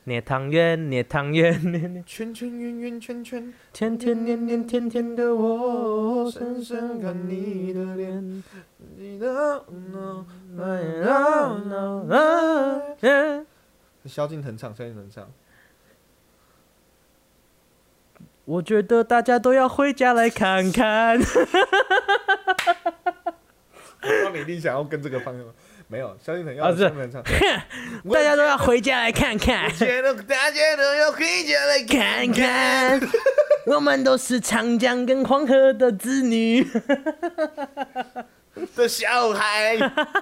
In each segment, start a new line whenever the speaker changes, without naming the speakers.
捏汤圆，捏汤圆，
圈圈圆圆圈圈，
甜甜黏黏甜甜的我，
深深看你的脸。萧敬腾唱，萧敬腾唱。
我觉得大家都要回家来看看。
那你一定想要跟这个方向吗？没有，萧敬腾要萧敬腾唱。
大家都要回家来看看。
觉得大家都要回家来看看。
我们都是长江跟黄河的子女
的小孩。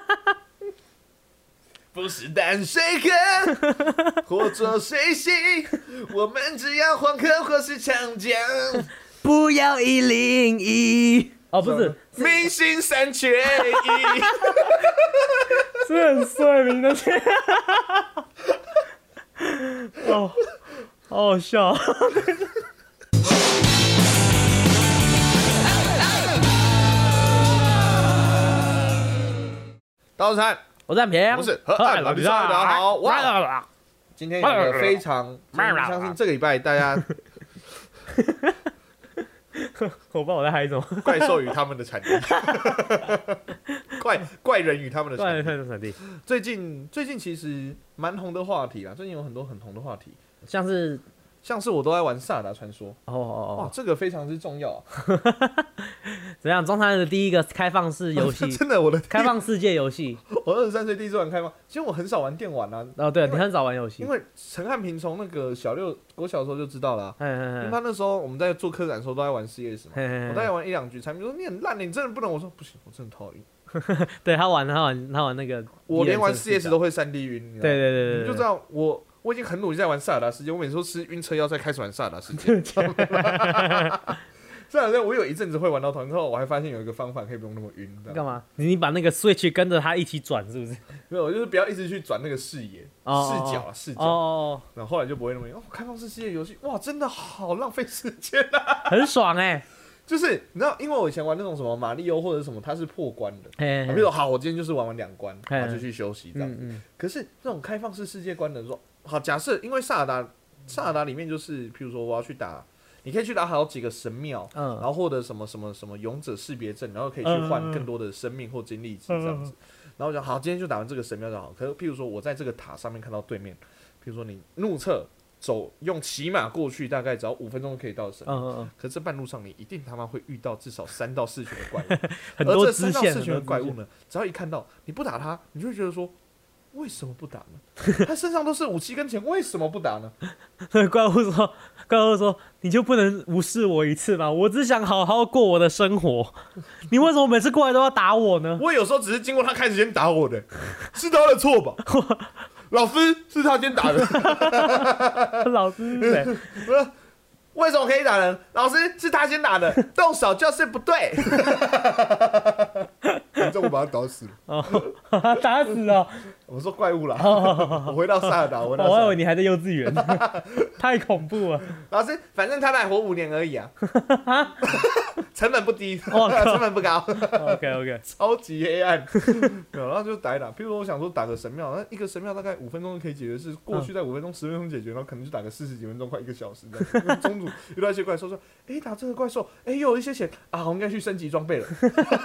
不是淡水河或者水系，我们只要黄河或是长江，
不要101。哦，不是，
明星三缺一，
是很帅名的天。哦，好好笑。
刀子餐。
我是安平，
不是和爱老弟大家好，哇！今天有一个非常，相信这个礼拜大家，
我不知道我在嗨什么。
怪兽与他们的产地，怪人与他们的产地。最近其实蛮红的话题啦，最近有很多很红的话题，像是我都在玩《萨尔达传说》哇，这个非常之重要啊。
怎样？中餐的第一个开放式游戏，
真的，我的
开放世界游戏。
我23岁第一次玩开放，其实我很少玩电玩啊。
哦，对，你很少玩游戏，
因为陈汉平从那个国小的时候就知道了、因为他那时候我们在做科展的时候都在玩 CS 嘛，我大概玩1-2局，产品说你很烂，你真的不能。我说不行，我真的头晕。
对他玩那个，
我连玩 CS 都会3D 晕。
对，
你就知道我已经很努力在玩萨尔达世界，我每次都吃晕车药再开始玩萨尔达世界。萨尔达我有一阵子会玩到头晕，之后我还发现有一个方法可以不用那么晕。
干嘛？你把那个 Switch 跟着它一起转，是不是？
没有，我就是不要一直去转那个视野、视角。然后后来就不会那么晕。开放式世界游戏，哇，真的好浪费时间啊！
很爽欸。
就是你知道，因为我以前玩那种什么马里奥或者什么，它是破关的。比如说，好，我今天就是玩完2关，然后就去休息这样子。可是这种开放式世界观的说，好，假设因为萨尔达里面就是，譬如说我要去打，你可以去打好几个神庙，然后获得什么勇者识别证，然后可以去换更多的生命或精力值这样子。然后就好，今天就打完这个神庙就好。可是譬如说我在这个塔上面看到对面，譬如说你怒侧。用骑马过去，大概只要5分钟就可以到神庙。可是这半路上你一定他妈会遇到至少3到4群的怪物，
很多
而这3
支线
到4群的怪物呢，只要一看到你不打他，你就会觉得说，为什么不打呢？他身上都是武器跟钱，为什么不打呢？
怪物说，你就不能无视我一次吗？我只想好好过我的生活，你为什么每次过来都要打我呢？
我有时候只是经过他开始先打我的，是他的错吧？老师是他先打的。
老师是谁？
为什么可以打人？老师是他先打的，动手就是不对。反正我把他打死了。
打死了。
我说怪物啦。我回到萨尔达，我
还以为你还在幼稚园，太恐怖了。
老师，反正他才活5年而已啊。成本不低，成本不高。
OK，
超级黑暗。然后就打一打，譬如说我想说打个神庙，那一个神庙大概5分钟就可以解决，是过去在5分钟、10分钟解决，然后可能就打个40几分钟，快1个小时这样。中途遇到一些怪兽说，打这个怪兽，又有一些钱啊，我应该去升级装备了。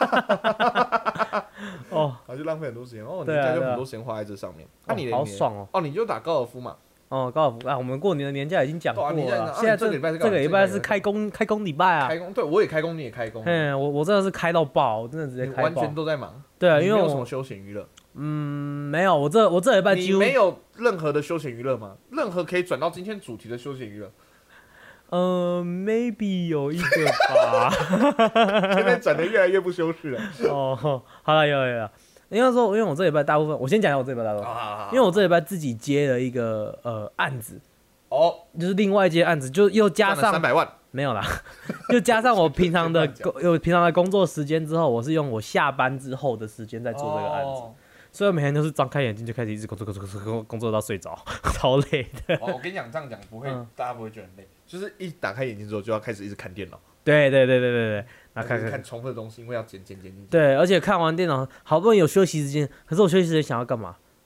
然后就浪费很多时间，你家就很多时间花在这上面。你
好爽哦！
你就打高尔夫嘛。
高尔夫啊，我们过年的年假已经讲过了。现在这个礼拜是开工礼拜啊。
开工，对，我也开工，你也开工。
我真的是开到爆，我真的直接开爆。
完全都在忙。
对啊，因为
没有什么休闲娱乐。
没有，我这礼拜几乎
你没有任何的休闲娱乐吗？任何可以转到今天主题的休闲娱乐
？maybe 有一个吧。
现在转的越来越不修饰了。
好了，有。应该说，因为我这礼拜大部分，我先讲一下我这礼拜大部分，因为我这礼拜自己接了一个案子，就是另外一接案子，就又加上
300万，
没有啦，就加上我平常的工作时间之后，我是用我下班之后的时间在做这个案子，所以我每天都是张开眼睛就开始一直工作到睡着，超累的。
我跟你讲，这样讲不会，大家不会觉得很累，就是一打开眼睛之后就要开始一直看电脑。
对，然后
看重复的东西，因为要剪。
对，而且看完电脑，好不容易有休息时间，可是我休息时间想要干嘛？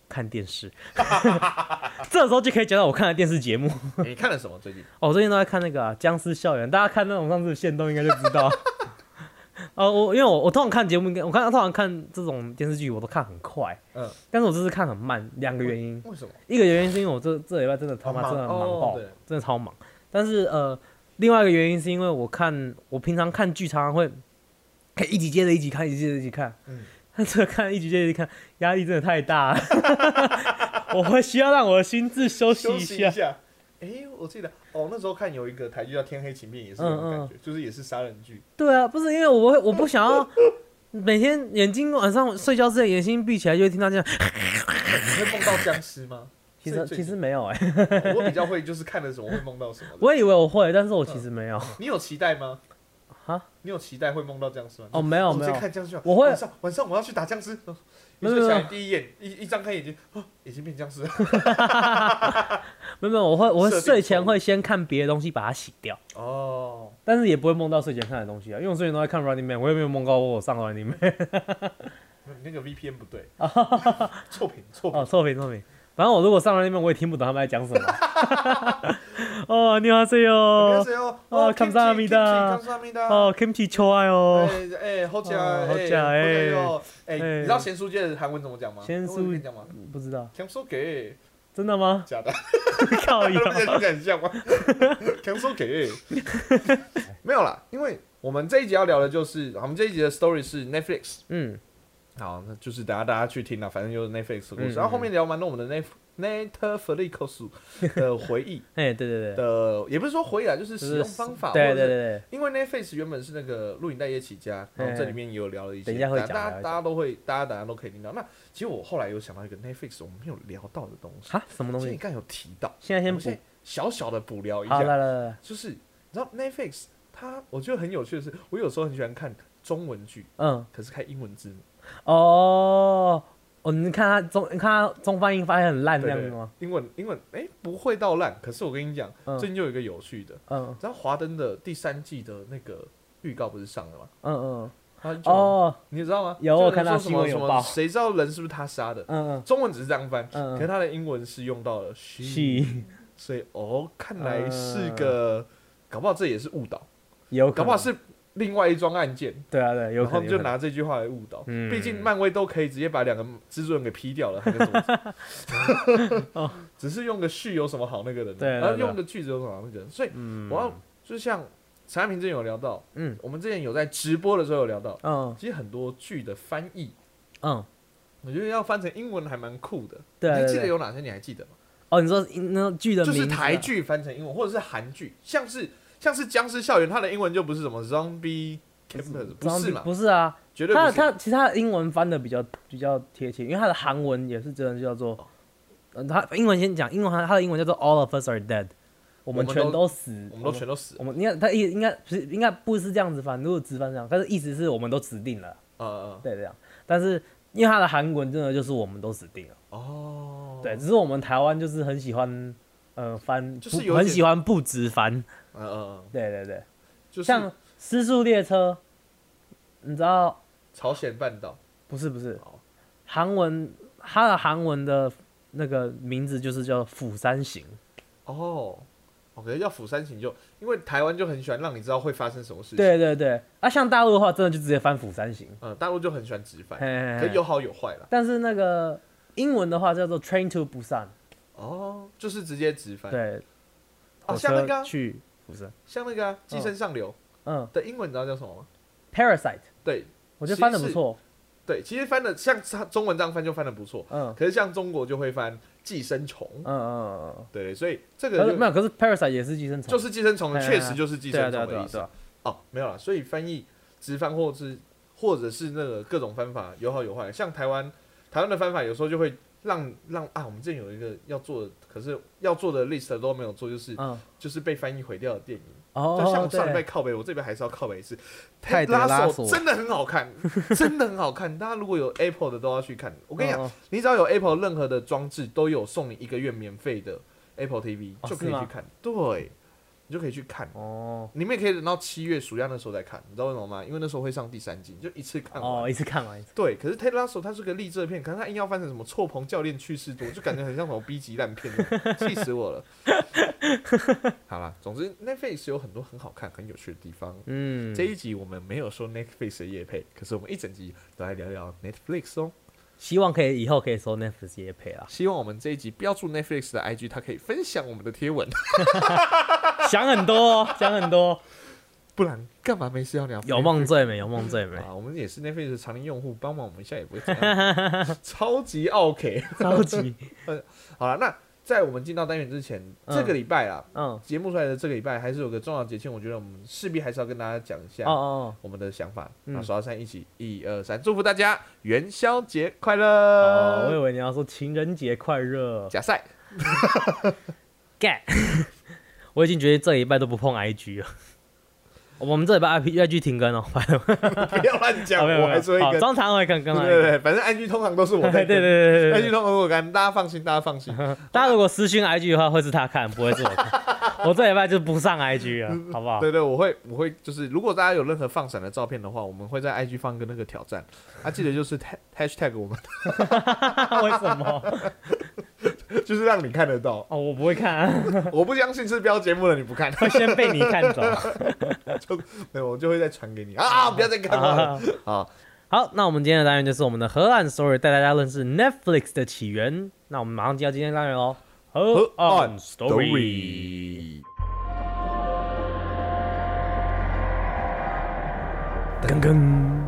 看电视。这时候就可以讲到我看的电视节目。
你看了什么最近？
我最近都在看那个僵尸校园，大家看那种上次的限动应该就知道。因为我通常看节目，通常看这种电视剧，我都看很快，但是我这次看很慢，2个原因。
为什么？
一个原因是因为我这礼拜真的他妈真的忙爆，真的超忙。但是另外一个原因是因为我平常看剧常常会一集接着一集看，一集接着一集看，但这个看一集接着一集看，压力真的太大了。我会需要让我的心智休息一下。
我记得那时候看有一个台剧叫《天黑请闭眼》，也是那种感觉，就是也是杀人剧。
对啊，不是因为我不想要每天眼睛晚上睡觉之前眼睛闭起来就会听到这样。
你会梦到僵尸吗？
其实没有
我比较会就是看了什么会梦到什么。
我以为我会，但是我其实没有。
你有期待吗？你有期待会梦到僵尸吗？
没有。
我先看僵尸，
我会
晚上我要去打僵尸。你睡起来第一眼一张开眼睛，已经变僵尸了。
没有，我会睡前会先看别的东西把它洗掉。但是也不会梦到睡前看的东西啊，因为我睡前都在看 Running Man， 我也没有梦到我上 Running Man。
那个 VPN 不对，错评。
反正我如果上 Running Man， 我也听不懂他们在讲什么。안녕하세요。감사합니다。kimchi 좋아요。
好吃啊，你知道咸酥鸡的韩文怎么讲吗？
咸酥讲吗？不知道。
强说给。
真的吗？
假的。
靠腰。
听起来很像吗？强说给。没有啦，因为我们这一集要聊的就是，我们这一集的 story 是 Netflix。好，那就是等下大家去听啦，反正就是 Netflix 的故事。然后后面聊蛮多我们的Netflix 的回忆。
对
的，也不是说回忆啦，就是使用方法。
对。
因为 Netflix 原本是那个录影带业起家，然后这里面也有聊了一些，大家等下都可以听到。那其实我后来有想到一个 Netflix 我们没有聊到的东西。
什么东西？
你刚才有提到，
现在先
小的补聊一下。来，就是你知道 Netflix 我觉得很有趣的是，我有时候很喜欢看中文剧，可是看英文字幕。你看他中翻英发现很烂这样子吗？英文不会到烂，可是我跟你讲，最近就有一个有趣的，知道华灯的第3季的那个预告不是上了吗？你知道吗？
有，我看到新闻有报，
谁知道人是不是他杀的？中文只是这样翻，可是他的英文是用到了 she， 所以看来是个，搞不好这也是误导，搞不好是另外一桩案件。
对，有可能。
然后就拿这句话来误导，毕竟漫威都可以直接把2个蜘蛛人给劈掉了，还能怎么？只是用个序有什么好那个人？然后用个句子有什么好那个人？所以我要就像陈安平之前有聊到，我们之前有在直播的时候有聊到，其实很多剧的翻译，我觉得要翻成英文还蛮酷的。
对，
你记得有哪些？你还记得吗？
你说那剧的名字，
就是台剧翻成英文，或者是韩剧，像是僵尸校园，它的英文就不是什么 Zombie Campus， 不是嘛？
不是啊，
绝对不是。
其实它的英文翻的比较贴切，因为它的韩文也是真的叫做，它英文先讲，它的英文叫做 All of us are dead， 我们全都死，
我们都全都死。
我们它应该不是这样子翻，如果直翻这样，但是意思是我们都死定了。对这样，但是因为它的韩文真的就是我们都死定了。对，只是我们台湾就是很喜欢翻，就是很喜欢不直翻。对，
就是
像失速列车，你知道？
朝鲜半岛
不是，韩文它的韩文的那个名字就是叫《釜山行》。
OK， 叫《釜山行》因为台湾就很喜欢让你知道会发生什么事情。
对，像大陆的话，真的就直接翻《釜山行》。
大陆就很喜欢直翻，可有好有坏啦。
但是那个英文的话叫做《Train to Busan》。
就是直接直翻。
对。
像那个
去釜山，
像那个《寄生上流》的英文你知道叫什么吗
？Parasite。
对，
我觉得翻得不错。
对，其实翻的像中文这样翻就翻得不错。可是像中国就会翻寄生虫。对，所以这个
没有，可是 Parasite 也是寄生虫，
就是寄生虫，确实就是寄生虫的意思。没有啦，所以翻译直翻或者是那个各种翻法有好有坏。像台湾的翻法有时候就会让我们之前有一个要做的，可是要做的 list 都没有做，就是被翻译毁掉的电影。就像我上礼拜靠北，我这边还是要靠北一次。
泰德拉索
真的很好看，真的很好看。大家如果有 Apple 的都要去看。我跟你讲，你只要有 Apple 任何的装置，都有送你1个月免费的 Apple TV，就可以去看。对， 你就可以去看哦。你们也可以等到7月暑假那时候再看，你知道为什么吗？因为那时候会上第3季，你就一次看完。
一次看完。
对，可是 Ted Lasso 它是个励志的片，可是他硬要翻成什么错棚教练去世多，就感觉很像什么 B 级烂片，气死我了。好啦，总之 Netflix 有很多很好看、很有趣的地方。这一集我们没有说 Netflix 的业配，可是我们一整集都来聊聊 Netflix 哦。
希望以后可以收 Netflix 业配啦。
希望我们这一集标注 Netflix 的 IG， 它可以分享我们的贴文。
想很多，想很多，
不然干嘛没事要聊？
有梦最美，有梦最美
啊！我们也是 Netflix 的常年用户，帮忙我们一下也不会这样。超级 OK，
超级。
好了，那在我们进到单元之前，这个礼拜啊，节目出来的这个礼拜还是有个重要节庆，我觉得我们势必还是要跟大家讲一下我们的想法。那数到3，一起1、2、3，祝福大家元宵节快乐！
我以为你要说情人节快乐。
假赛。
干！我已经觉得这一礼拜都不碰 IG 了。我们这礼拜 IG 停更哦，
不要乱讲，我还是会跟。
中常会跟。
对，反正 IG 通常都是我在跟。对 ，IG 通常我跟，大家放心，大家放心。
大家如果私讯 IG 的话，会是他看，不会是我看。我这礼拜就不上 IG 了，好不好？
对，我会就是，如果大家有任何放闪的照片的话，我们会在 IG 放一个那个挑战，记得就是 hashtag 我们。
为什么？
就是让你看得到
我不会看
我不相信是标节目了你不看，
会先被你看走。
我就会再传给你不要再看了。
好，那我们今天的单元就是我们的河岸 story， 带大家认识 Netflix 的起源。那我们马上进到今天的单元喽，河岸 story。噔噔。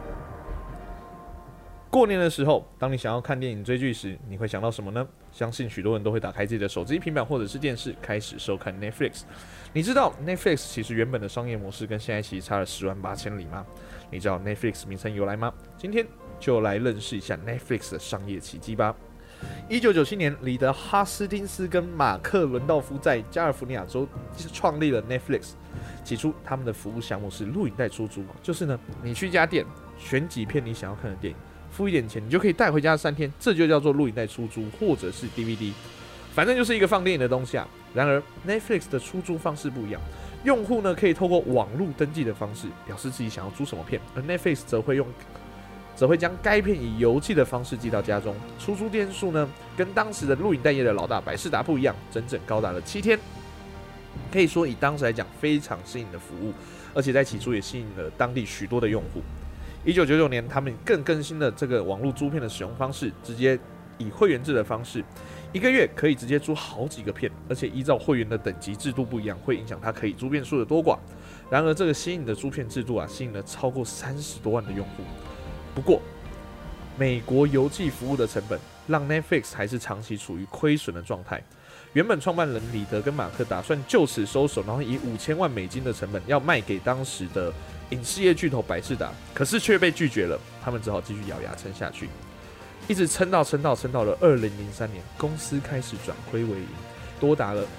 过年的时候，当你想要看电影追剧时，你会想到什么呢？相信许多人都会打开自己的手机、平板或者是电视，开始收看 Netflix。你知道 Netflix 其实原本的商业模式跟现在其实差了10万8千里吗？你知道 Netflix 名称由来吗？今天就来认识一下 Netflix 的商业奇迹吧。1997年，里德·哈斯汀斯跟马克·伦道夫在加利福尼亚州创立了 Netflix。起初，他们的服务项目是录影带出租，就是呢，你去一家店，选几片你想要看的电影。付一点钱，你就可以带回家3天，这就叫做录影带出租，或者是 DVD， 反正就是一个放电影的东西啊。然而 Netflix 的出租方式不一样，用户呢可以透过网络登记的方式表示自己想要租什么片，而 Netflix 则会将该片以邮寄的方式寄到家中。出租天数呢跟当时的录影带业的老大百视达不一样，整整高达了7天，可以说以当时来讲非常新颖的服务，而且在起初也吸引了当地许多的用户。1999年，他们更新了这个网络租片的使用方式，直接以会员制的方式，1个月可以直接租好几个片，而且依照会员的等级制度不一样，会影响它可以租片数的多寡。然而，这个新颖的租片制度吸引了超过30多万的用户。不过，美国邮寄服务的成本让 Netflix 还是长期处于亏损的状态。原本创办人里德跟马克打算就此收手，然后以$5000万的成本要卖给当时的影视业巨头百视达，可是却被拒绝了。他们只好继续咬牙撑下去，一直撑到了2003年，公司开始转亏为盈，多达了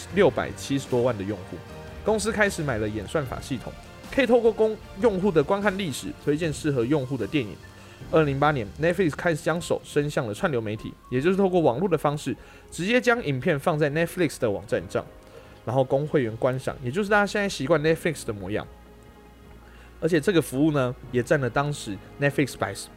670多万的用户。公司开始买了演算法系统，可以透过用户的观看历史推荐适合用户的电影。2008年 Netflix 开始将手伸向了串流媒体，也就是透过网络的方式，直接将影片放在 Netflix 的网站上，然后供会员观赏，也就是大家现在习惯 Netflix 的模样。而且这个服务呢，也占了当时 Netflix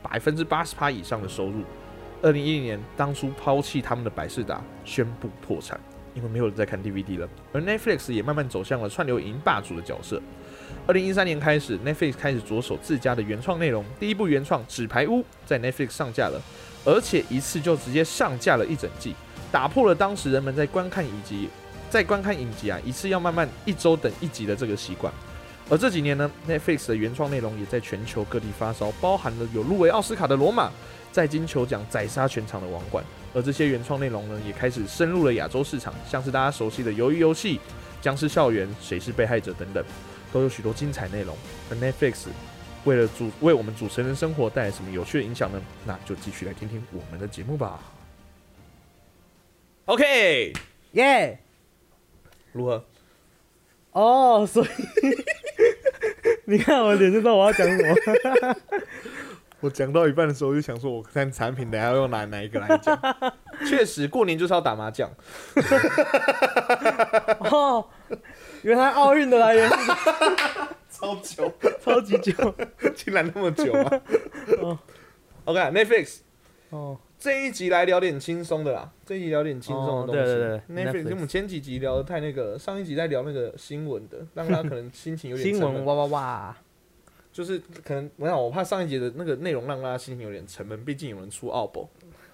80% 以上的收入。2010年，当初抛弃他们的百视达宣布破产，因为没有人在看 DVD 了，而 Netflix 也慢慢走向了串流影音霸主的角色。2013年开始 ，Netflix 开始着手自家的原创内容，第一部原创《纸牌屋》在 Netflix 上架了，而且一次就直接上架了1整季，打破了当时人们在观看影集一次要慢慢1周等1集的这个习惯。而这几年呢 ，Netflix 的原创内容也在全球各地发烧，包含了有入围奥斯卡的《罗马》，在金球奖宰杀全场的《王冠》。而这些原创内容呢，也开始深入了亚洲市场，像是大家熟悉的《鱿鱼游戏》、《僵尸校园》、《谁是被害者》等等，都有许多精彩内容。而 Netflix 为我们主持人生活带来什么有趣的影响呢？那就继续来听听我们的节目吧。OK，
耶，
如何？
哦，所以你看我脸就知道我要讲什么。
我讲到一半的时候，就想说，我看产品等一下要用哪一个来讲。确实，过年就是要打麻将。
哦， 原来奥运的来源是
超久，
超级久，
竟然那么久啊！OK，Netflix， 这一集来聊点轻松的啦，这一集聊点轻松的东西。
对
Netflix， 我们前几集聊的太那个，上一集在聊那个新闻的，让他可能心情有点
新闻哇哇哇，
就是可能我怕上一节的那个内容让大家心情有点沉闷，毕竟有人出奥博。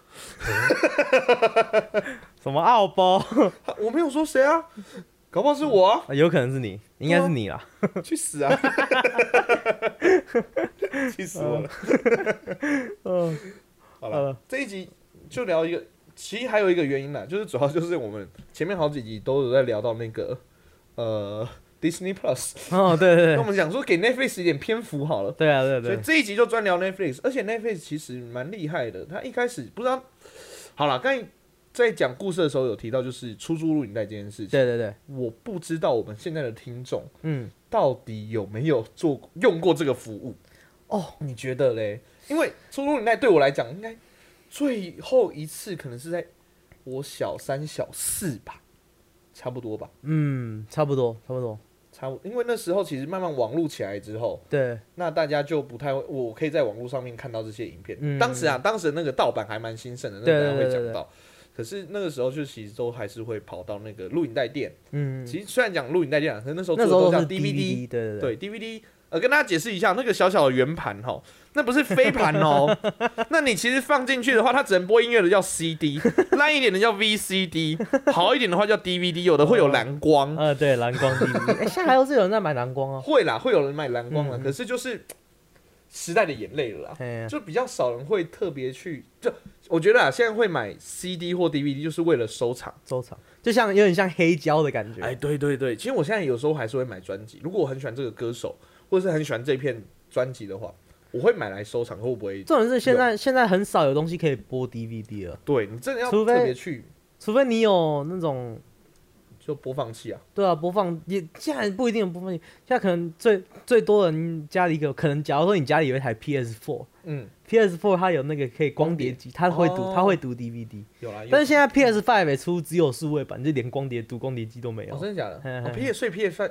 什么奥博？
我没有说谁啊，搞不好是我啊，
有可能是你，应该是你啦。
去死啊！气死我了。好了，这一集就聊一个，其实还有一个原因啦，就是主要就是我们前面好几集都有在聊到那个Disney Plus。
对。
那我们讲说给 Netflix 一点篇幅好了。
对。
所以这一集就专聊 Netflix， 而且 Netflix 其实蛮厉害的，他一开始不知道，好了，刚才在讲故事的时候有提到就是出租录影带这件事情。
对。
我不知道我们现在的听众，到底有没有用过这个服务？你觉得嘞？因为出租录影带对我来讲，应该最后一次可能是在我小3、小4吧，差不多吧。差不多。因为那时候其实慢慢网络起来之后，
对，
那大家就不太会，我可以在网络上面看到这些影片。当时的那个盗版还蛮兴盛的，那个大家会讲到。可是那个时候就其实都还是会跑到那个录影带店。其实虽然讲录影带店，可是那时候都叫 DVD。对 DVD。跟大家解释一下，那个小小的圆盘那不是飞盘那你其实放进去的话，它只能播音乐的叫 CD， 烂一点的叫 VCD， 好一点的话叫 DVD， 有的会有蓝光。
对，蓝光 DVD。现在还有人在买蓝光啊？
会啦，会有人买蓝光啦。可是就是时代的眼泪了啦，就比较少人会特别去。就我觉得现在会买 CD 或 DVD 就是为了收藏，
就像有点像黑胶的感觉。
对。其实我现在有时候还是会买专辑，如果我很喜欢这个歌手，或是很喜欢这片专辑的话，我会买来收藏，会不会？
重点是现在很少有东西可以播 DVD 了。
对，你真的要特别去，
除非你有那种
就播放器啊。
对啊，播放也现在不一定有播放器，现在可能最多人家里可能，假如说你家里有一台 PS4，PS4 它有那个可以光碟机，它会读 DVD。
有啦，
但是现在 PS5 也出只有数位版，就连光碟机都没有。
真的假的？所以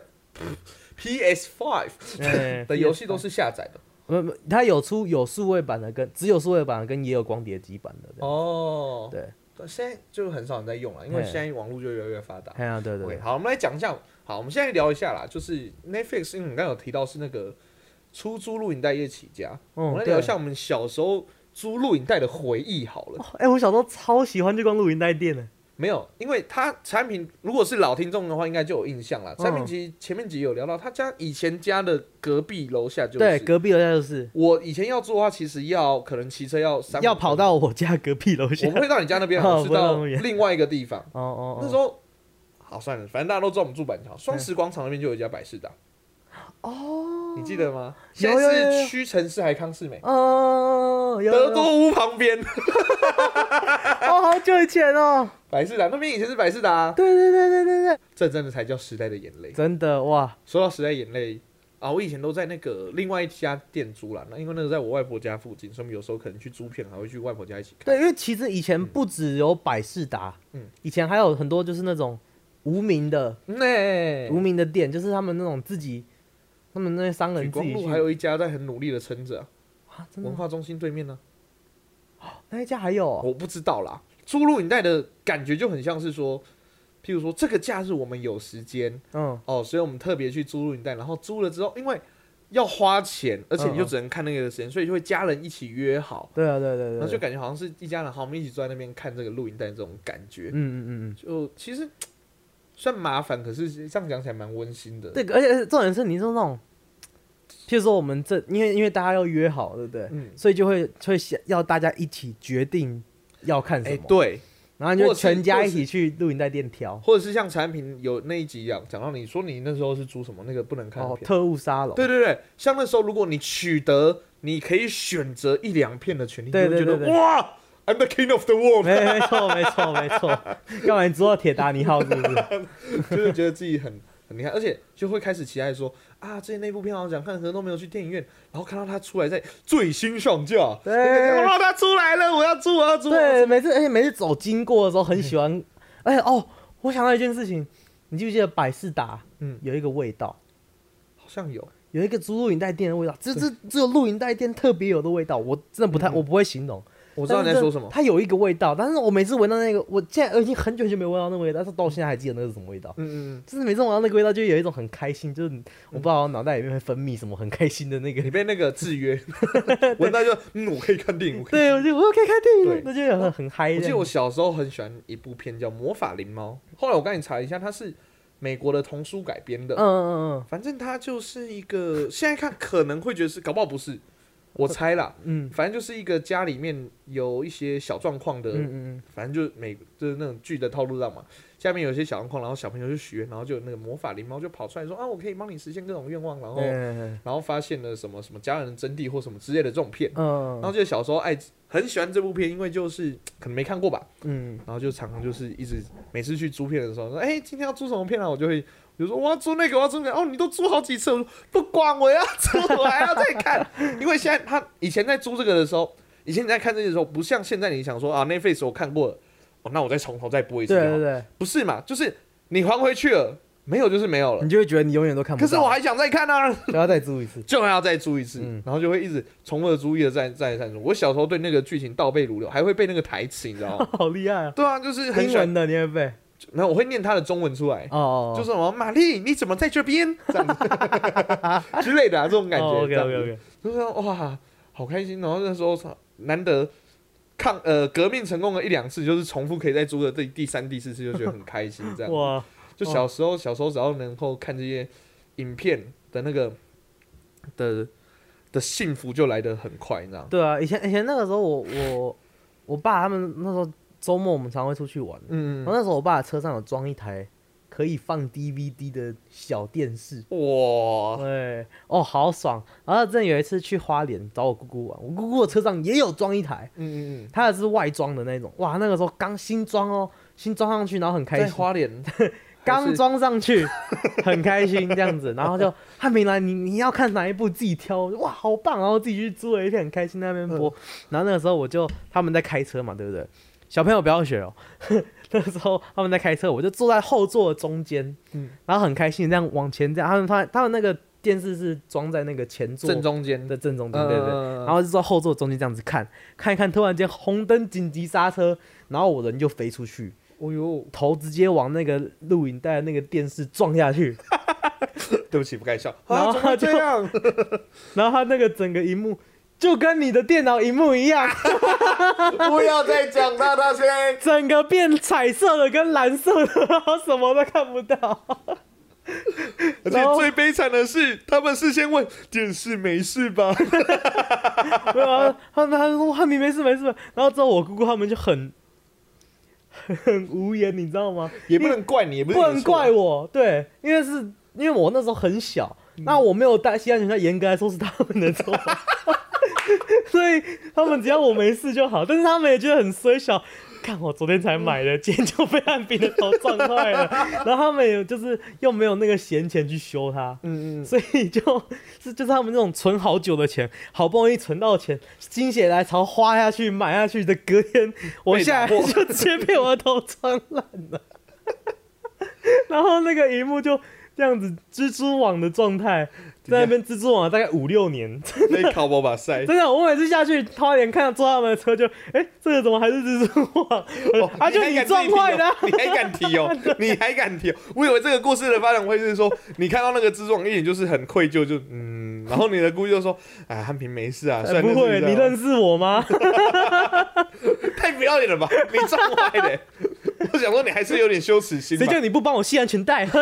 PS5 的游戏都是下载的。
它有数位版的，只有数位版的，跟也有光碟机版的。对，
现在就很少人在用了，因为现在网络就越来越发达。
对。
好，我们来讲一下。好，我们现在聊一下啦，就是 Netflix， 因为我们刚刚有提到是那个出租录影带业起家。我们来聊一下我们小时候租录影带的回忆好了。
我小时候超喜欢去逛录影带店的。
没有，因为他产品如果是老听众的话，应该就有印象了。产品其实前面集有聊到，他家以前家的隔壁楼下就是。
对，隔壁楼下就是。
我以前要租的话，其实可能骑车
要跑到我家隔壁楼下。
我不会到你家那边，我是到另外一个地方。那时候，好算了，反正大家都知道我们住板桥，双十广场那边就有一家百事达。你记得吗？现在是屈臣氏还康士美？德多屋旁边。
好久以前哦。
百事达那边以前是百事达。
对。
这真的才叫时代的眼泪。
真的哇！
说到时代眼泪我以前都在那个另外一家店租啦，因为那个在我外婆家附近，所以我们有时候可能去租片，还会去外婆家一起看。
对，因为其实以前不只有百事达，以前还有很多就是那种无名的店，就是他们那种他们那些商人自己去。
光路还有一家在很努力的撑着
真的
文化中心对面呢。
那一家还有
我不知道啦。租录影带的感觉就很像是说，譬如说这个假日我们有时间，所以我们特别去租录影带，然后租了之后，因为要花钱，而且你就只能看那个时间，所以就会家人一起约好。
对，
然后就感觉好像是一家人，好，我们一起坐在那边看这个录影带这种感觉。就其实算麻烦，可是这样讲起来蛮温馨的。
对，而且重点是你说那种，譬如说我们因为大家要约好，对不对？所以就会要大家一起决定要看什么。
对。
然后就全家一起去录影带店挑，
或者是像产品有那一集讲到你说你那时候是租什么那个不能看的片，
特务沙龙。
对，像那时候如果你取得你可以选择1、2片的权利，你会觉得哇 ，I'm the king of the world。
没错。干嘛你租到铁达尼号是不是？
就是觉得自己很厉害，而且就会开始期待说之前那部片好想看，可能都没有去电影院，然后看到他出来在最新上架，
对，
他出来了，我要租。
对，而且每次走经过的时候很喜欢，而且我想到一件事情， 你记不记得百视达有一个味道？
好像有
一个租录影带店的味道，只有录影带店特别有的味道，我真的不太，我不会形容。
我知道你在说什么。
它有一个味道，但是我每次闻到那个，我现在已经很久没闻到那个味道，但是到现在还记得那是什么味道。就是每次闻到那个味道，就有一种很开心，就是我不知道我脑袋里面会分泌什么很开心的那个。
你被那个制约，闻到就我可以看电影。
对，我可以看电影，那就很嗨。
我记得我小时候很喜欢一部片叫《魔法灵猫》，后来我刚才查一下，它是美国的童书改编的。反正它就是一个，现在看可能会觉得是，搞不好不是。我猜啦，反正就是一个家里面有一些小状况的，反正就是那种剧的套路上嘛，下面有一些小状况，然后小朋友就学，然后就有那个魔法灵猫就跑出来说啊，我可以帮你实现各种愿望，然后发现了什么什么家人的真谛或什么之类的这种片，然后就小时候很喜欢这部片，因为就是可能没看过吧，然后就常常就是一直每次去租片的时候说，今天要租什么片啊，我就说我要租那个，我要租那个。你都租好几次，我说不管，我要租，我还要再看。因为现在他以前在租这个的时候，以前你在看这些的时候，不像现在你想说啊 ，Netflix 我看过了，那我再从头再播一次。
对，
不是嘛？就是你还回去了，没有就是没有了，
你就会觉得你永远都看不到。
可是我还想再看啊，
就要再租一次，
然后就会一直重复的注意的再看。我小时候对那个剧情倒背如流，还会背那个台词，你知道吗？
好厉害啊！
对啊，就是很
英文的你会背。
没有，我会念他的中文出来，就是什么玛丽，你怎么在这边这样子之类的这种感觉。
OK，
就是哇，好开心。然后那时候难得革命成功了1-2次，就是重复可以再租的第3、第4次，就觉得很开心这样。哇，就小时候只要能够看这些影片的那个的幸福就来得很快，你知道？
对啊，以前那个时候我爸他们那时候。周末我们常会出去玩，然后那时候我爸的车上有装一台可以放 DVD 的小电视，哇，对，好爽。然后真的有一次去花莲找我姑姑玩，我姑姑的车上也有装一台，它的是外装的那种，哇，那个时候刚新装上去，然后很开心，
在花莲
刚装上去，很开心这样子，然后就汉平来，你要看哪一部自己挑，哇，好棒，然后自己去租了一片，很开心在那边播，然后那个时候他们在开车嘛，对不对？小朋友不要学哦。那时候他们在开车，我就坐在后座的中间，然后很开心这样往前这样。他们那个电视是装在那个前座
正中间，
对对。然后就坐后座中间这样子看一看，突然间红灯紧急刹车，然后我人就飞出去，头直接往那个录影带的那个电视撞下去。
对不起，不该笑。
然后他就这样，然后他那个整个萤幕。就跟你的电脑萤幕一样，
不要再讲到他现在
整个变彩色的跟蓝色的，然后什么都看不到。
而且最悲惨的是，他们事先问电视没事吧？
对啊，他说汉明没事。然后之后我姑姑他们就很无言，你知道吗？
也不能怪你，也不
能怪我，对，因为我那时候很小，那我没有戴系安全带，严格来说是他们的错。所以他们只要我没事就好，但是他们也觉得很衰小。看我昨天才买的，今天就被汉平的头撞坏了。然后他们也就是又没有那个闲钱去修它，所以就是他们那种存好久的钱，好不容易存到钱，心血来潮花下去买下去的，隔天我下来就直接被我的头撞烂了。然后那个萤幕就这样子蜘蛛网的状态。在那边蜘蛛网大概5-6年，
被烤包把塞。
真的，我每次下去花莲看到坐他们的车就，这个怎么还是蜘蛛网？就你撞坏的，
你还敢提哦？你还敢提哦？我以为这个故事的发展会是说，你看到那个蜘蛛网一眼就是很愧疚，就然后你的姑就说，汉平没事啊，
不会，你认识我吗？
太不要脸了吧！你撞坏的，我想说你还是有点羞耻心。
谁叫你不帮我系安全带？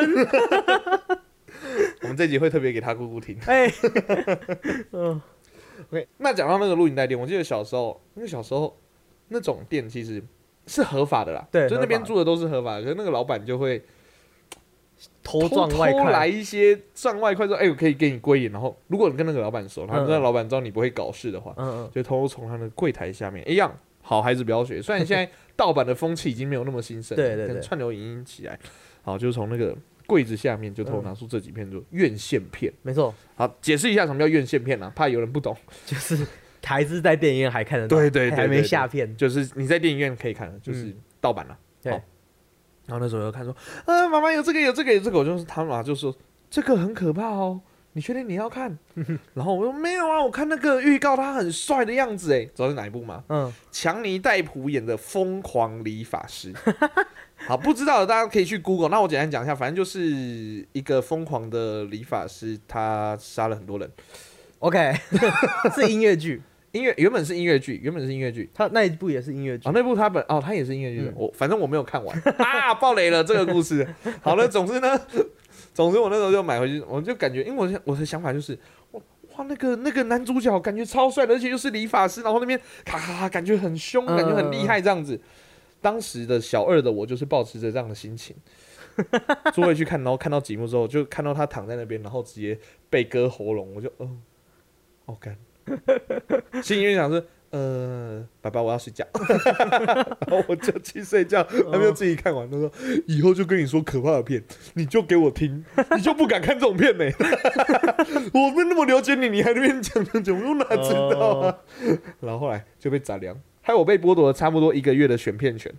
我们这集会特别给他姑姑听。OK， 那讲到那个录影带店，我记得小时候，因为小时候那种店其实是合法的啦，
对，
就那边住的都是合法的，可是那个老板就会
偷
来一些赚外快，说我可以给你归隐，然后如果你跟那个老板熟，他那个老板知道你不会搞事的话，就偷偷从他的柜台下面一样。好孩子不要学，虽然现在盗版的风气已经没有那么兴盛，
对，
跟串流影音起来，好，就是从那个柜子下面就偷拿出这几片就院线片，
没错。
好，解释一下什么叫院线片啊，怕有人不懂，
就是还是在电影院还看得到，
对，
还没下片，
就是你在电影院可以看的，就是盗版了。好， 然后那时候又看说，妈妈有这个有这个有这个，我就是他妈就说这个很可怕哦，你确定你要看？然后我说没有啊，我看那个预告他很帅的样子哎，知道是哪一部吗？强尼戴普演的《疯狂理发师》。好，不知道的大家可以去 Google。那我简单讲一下，反正就是一个疯狂的理发师，他杀了很多人。
OK， 是音乐剧。
原本是音乐剧，
他那一部也是音乐剧。
那部他也是音乐剧。反正我没有看完啊，爆雷了这个故事。好了，总之我那时候就买回去，我就感觉，因为我的想法就是，哇，那个男主角感觉超帅的，而且又是理发师，然后那边咔咔咔，感觉很凶，感觉很厉害这样子。当时的小二的我就是抱持着这样的心情，坐回去看，然后看到节目之后，就看到他躺在那边，然后直接被割喉咙，我就好干。心里面想说，爸爸我要睡觉，然后我就去睡觉，还没有自己看完。他说以后就跟你说可怕的片，你就给我听，你就不敢看这种片呢、我们那么了解你，你还在那边讲，我哪知道啊？然后后来就被斩粮，害我被剥夺了差不多1个月的选片权。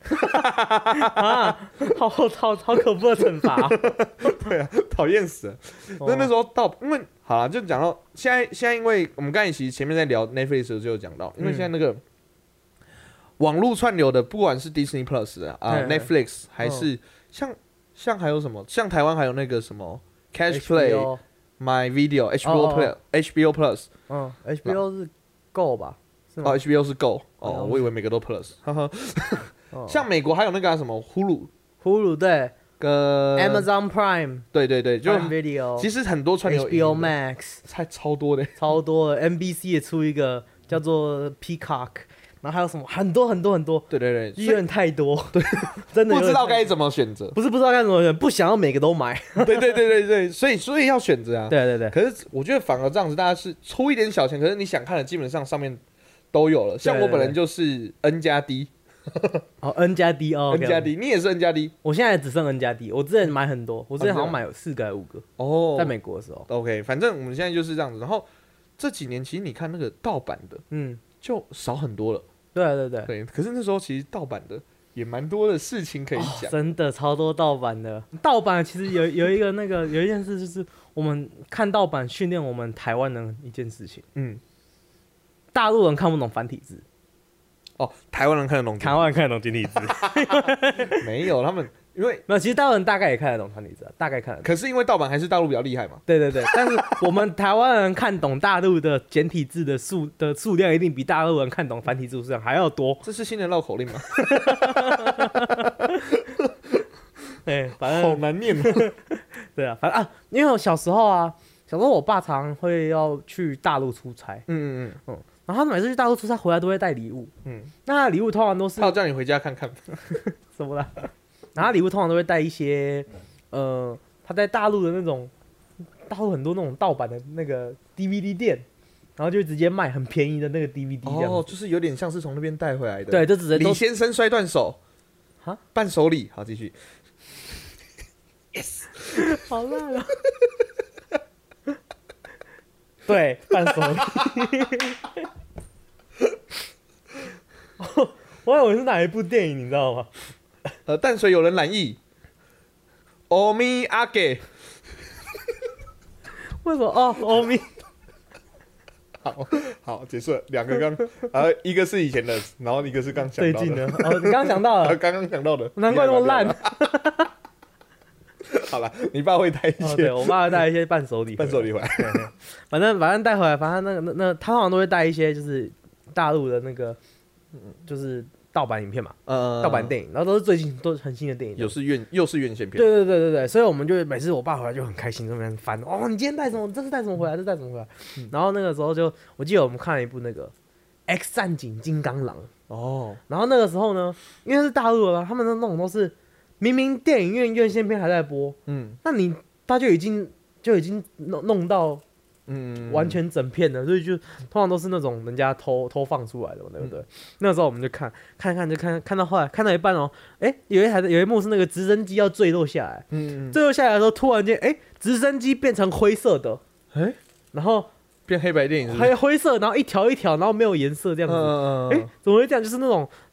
好可怖的惩罚。
对啊，讨厌死了。那时候因为好了，就讲到现在，因为我们刚才其实前面在聊 Netflix 的时候就有讲到，因为现在那个网络串流的，不管是 Disney Plus 啊、Netflix 还是像还有什么，像台湾还有那个什么 Catch Play、My Video、HBO Plus，HBO
是 Go 吧
？HBO 是 Go， 我以为每个都 Plus， 像美国还有那个什么 Hulu
对。
跟
Amazon Prime，
对，就
Prime Video，
其实很多串流
HBO Max，
超多的
，NBC 也出一个叫做 Peacock， 然后还有什么很多，
对，
有点太多，对，真的
不知道该怎么选择，
不是不知道该怎么选，不想要每个都买，
对，所以要选择啊，
对，
可是我觉得反而这样子，大家是出一点小钱，可是你想看的基本上上面都有了，像我本人就是 N+D。
N+D
N+D， 你也是 N+D，
我现在只剩 N+D， 我之前买很多，我之前好像买有4个还是5个在美国的时候。
OK， 反正我们现在就是这样子。然后这几年其实你看那个盗版的，就少很多了。
对，
可是那时候其实盗版的也蛮多的事情可以讲，
真的超多盗版的。盗版其实有一件事，就是我们看盗版训练我们台湾人一件事情。大陆人看不懂繁体字。
台湾人看得懂，
台湾人看得懂简体字，
没有他们，因为
没有，其实大陆人大概也看得懂繁体字，大概看得懂。
可是因为盗版还是大陆比较厉害嘛。
对，但是我们台湾人看懂大陆的简体字的数量，一定比大陆人看懂繁体字数量还要多。
这是新的绕口令吗？
反正
好难念哦。
对啊，反正因为我小时候我爸常会要去大陆出差，然后他每次去大陆出差回来都会带礼物，那他的礼物通常都是
他有叫你回家看看
什么啦？然后他礼物通常都会带一些他在大陆的那种很多那种盗版的那个 DVD 店，然后就直接卖很便宜的那个 DVD 这样
就是有点像是从那边带回来的。
对，就直接
李先生摔断手，伴手礼。好，继续。Yes，
好烂啊！对，伴手礼。我以为是哪一部电影，你知道吗？
淡水有人染疫。欧米阿给。
为什么？欧米。
好，结束了。2个刚，一个是以前的，然后一个是刚想到的。
最近的。你刚想到了。
刚想到的。
难怪那么烂。
好了，你爸会带一些，
对我爸会带一些伴手礼
回来。
反正带回来，反正那他通常都会带一些就是大陆的那个就是盗版影片嘛，盗版电影，然后都是最近都是很新的电影，
又是院线片。
对，所以我们就每次我爸回来就很开心，在那边翻你今天带什么？这是带什么回来？然后那个时候我记得我们看了一部那个《X 战警金刚狼》然后那个时候呢，因为是大陆的，他们的那种都是。明明电影院院线片还在播，那他就已经弄到，完全整片了，所以就通常都是那种人家偷放出来的，对不对？那时候我们就看到后来看到一半有一幕是那个直升机要坠落下来，坠落下来的时候，突然间直升机变成灰色的，然后
变黑白电影是不是，
灰色，然后一条一条，然后没有颜色这样子，怎么会这样？就是那种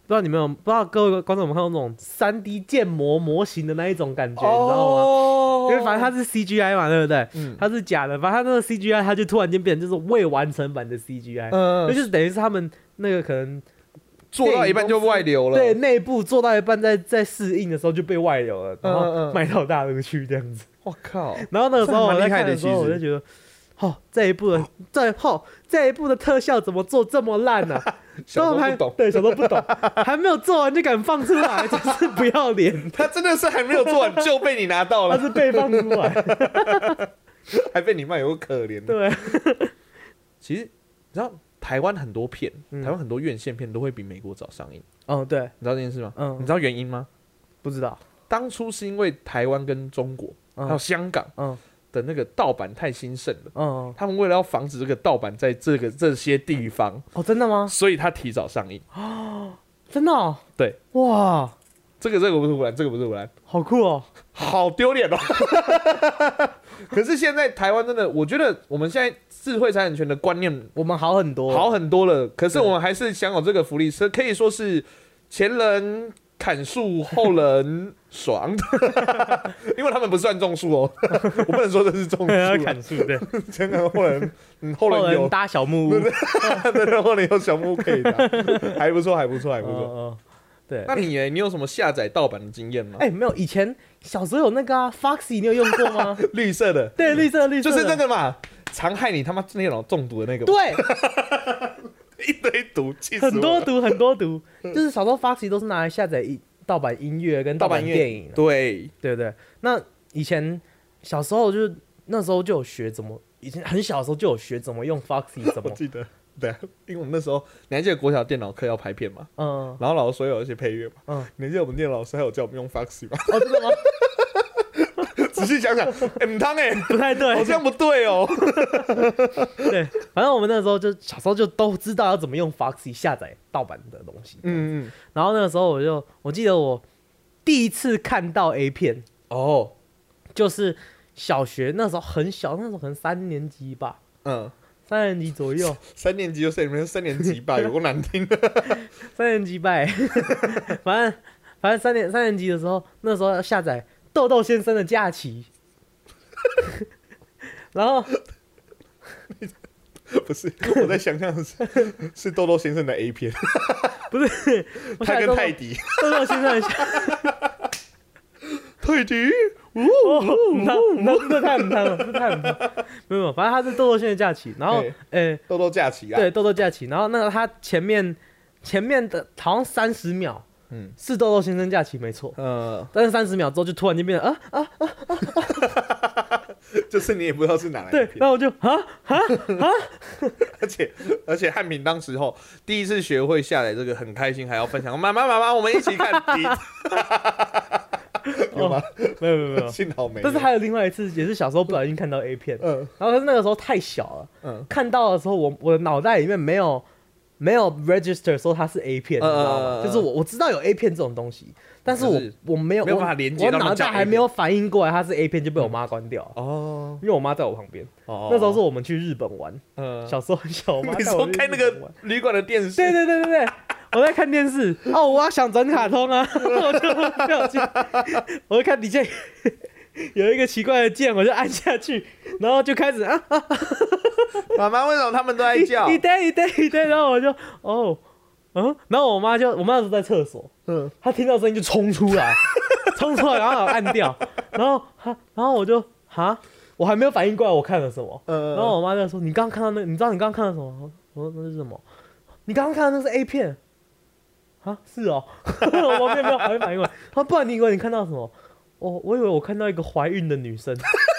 不知道各位观众有没有看到那种3D 建模型的那一种感觉，你知道吗？因为反正它是 CGI 嘛，对不对？它是假的，反正它那个 CGI 它就突然间变成就是未完成版的 CGI，就是等于是他们那个可能
做到一半就外流了，
对，内部做到一半在试映的时候就被外流了，然后卖到大陆去这样子。
我靠！
然后那个时候我在看的时候，我就觉得。这一部的特效怎么做这么烂呢？
小都不懂，
对，小都不懂，还没有做完就敢放出来，真是不要脸。
他真的是还没有做完就被你拿到了，
他是被放出来，
还被你卖，有可怜。
对，
其实你知道台湾很多片，台湾很多院线片都会比美国早上映。
对，
你知道这件事吗？你知道原因吗？
不知道。
当初是因为台湾跟中国还有香港，的那个盗版太兴盛了，他们为了要防止这个盗版在这些地方，
真的吗？
所以他提早上映，
真的哦，
对，
哇，
这个不是胡乱，这个不是胡乱，
好酷哦，
好丢脸哦。可是现在台湾真的，我觉得我们现在智慧财产权的观念，
我们好很多
了，可是我们还是享有这个福利，可以说是前人砍树后人爽，因为他们不算种树哦，我不能说这是种树，
砍树对，
前人后人，后人有
搭小木屋，
对，后人有小木屋可以搭，还不错。对，那你有什么下载盗版的经验吗？
没有，以前小时候有那个Foxy， 你有用过吗？
绿色的，
对，绿色的，
就是那个嘛，常害你他妈那种中毒的那个，
对。
一堆毒，
很多毒，就是小时候 Foxy 都是拿来下载盗版音乐跟盗版电影，
对
不对？那以前小时候就是那时候就有学怎么，以前很小的时候就有学怎么用 Foxy， 怎么
我记得，对，因为我们那时候你还记得国小电脑课要拍片嘛，然后老师说有一些配乐嘛，你还记得我们电脑老师还有叫我们用 Foxy 吗？
真的吗？
仔细想想，母汤
不太对，
好像不对哦。
对，反正我们那时候就小时候就都知道要怎么用 Foxy 下载盗版的东西。然后那个时候我记得我第一次看到 A 片就是小学那时候很小，那时候可能3年级吧，3年级左右。
3年级就是你们3年级吧，有够难听的。
3年级吧，反正三年级的时候，那时候要下载。豆豆先生的假期，然后
不是我在想象的是豆豆先生的 A 片，
不是
他跟泰迪，
豆豆先生的
泰迪，
这太没有，反正他是豆豆先生的假期，然后
豆豆假期啊，
对，豆豆假期，然后那个他前面的好像30秒。是豆豆先生假期没错，但是30秒之后就突然间变得
就是你也不知道是哪来的
对，然后我就
而且汉平当时候第一次学会下载这个很开心，还要分享妈妈我们一起看，有吗？
没有，
幸好没。
但是还有另外一次，也是小时候不小心看到 A 片，然后那个时候太小了，看到的时候我的脑袋里面没有 register 说它是 A 片，你知道吗？就是我知道有 A 片这种东西，但是我没有
办法连接到，
我脑袋还没有反应过来它是 A 片，就被我妈关掉。因为我妈在我旁边。那时候是我们去日本玩，小时候很小，我妈带我去日本玩。
你说开那个旅馆的电视？
对，我在看电视。我要想转卡通啊，我就不小心，我就看底下有一个奇怪的键，我就按下去，然后就开始
妈妈为什么他们都在叫？
一堆，然后我就然后我妈那时候在厕所，她听到声音就冲出来，然后按掉，然后我就我还没有反应过来我看了什么，然后我妈就说你刚刚看到那，你知道你刚刚看到什么？我说那是什么？你刚刚看到那是 A 片是哦，我没有反应过来，她说不然你以为你看到什么？我以为我看到一个怀孕的女生。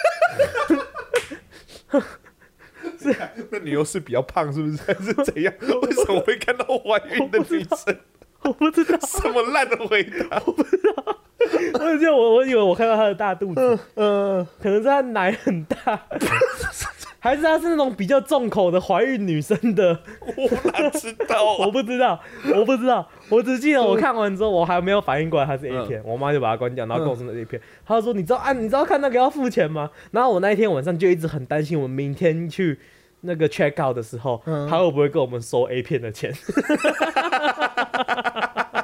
那你又是比较胖是不是？还是怎样？为什么会看到怀孕的女生？
我不知道，
什么烂的回答？
我不知道。我以为我看到她的大肚子，可能是她奶很大，还是她是那种比较重口的怀孕女生的？
我哪知道？
我不知道。我只记得我看完之后，我还没有反应过来它是 A 片，我妈就把它关掉，然后跟我说那是 A 片。她就说你知道看那个要付钱吗？然后我那一天晚上就一直很担心，我明天去那个 check out 的时候，他会不会跟我们收 A 片的钱？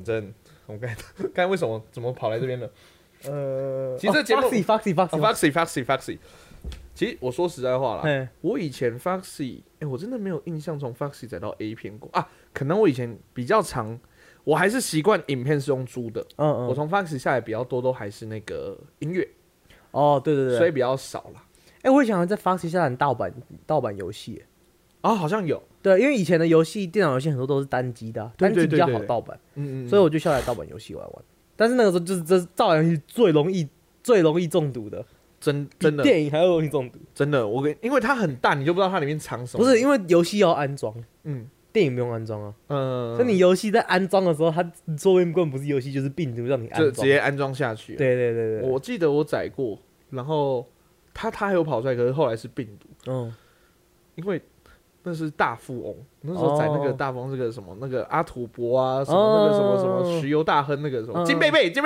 真，我刚才为什么怎么跑来这边了？其实这节目 Foxy， 其实我说实在话啦，我以前 Foxy， 我真的没有印象从 Foxy 载到 A 片过啊。可能我以前比较常，我还是习惯影片是用租的。我从 Foxy 下来比较多都还是那个音乐。
哦，对对对，
所以比较少啦。
我也想在 Foxy 下载盗版游戏。
好像有。
对，因为以前的游戏，电脑游戏很多都是单机的，单机比较好盗版。所以我就下载盗版游戏来玩。但是那个时候就是这盗版游戏最容易中毒的。真的，电影还要容易中毒。真的，
因为它很大，你就不知道它里面藏什么。
不是，因为游戏要安装，电影不用安装啊。所以你游戏在安装的时候，它说明根本不是游戏，就是病毒让你安装，
就直接安装下去。
对。
我记得我载过，然后它还有跑出来，可是后来是病毒。因为那是大富翁，那时候载那个大富翁，这个什么那个阿土伯啊，什么那个什么石油大亨那个什么金贝贝，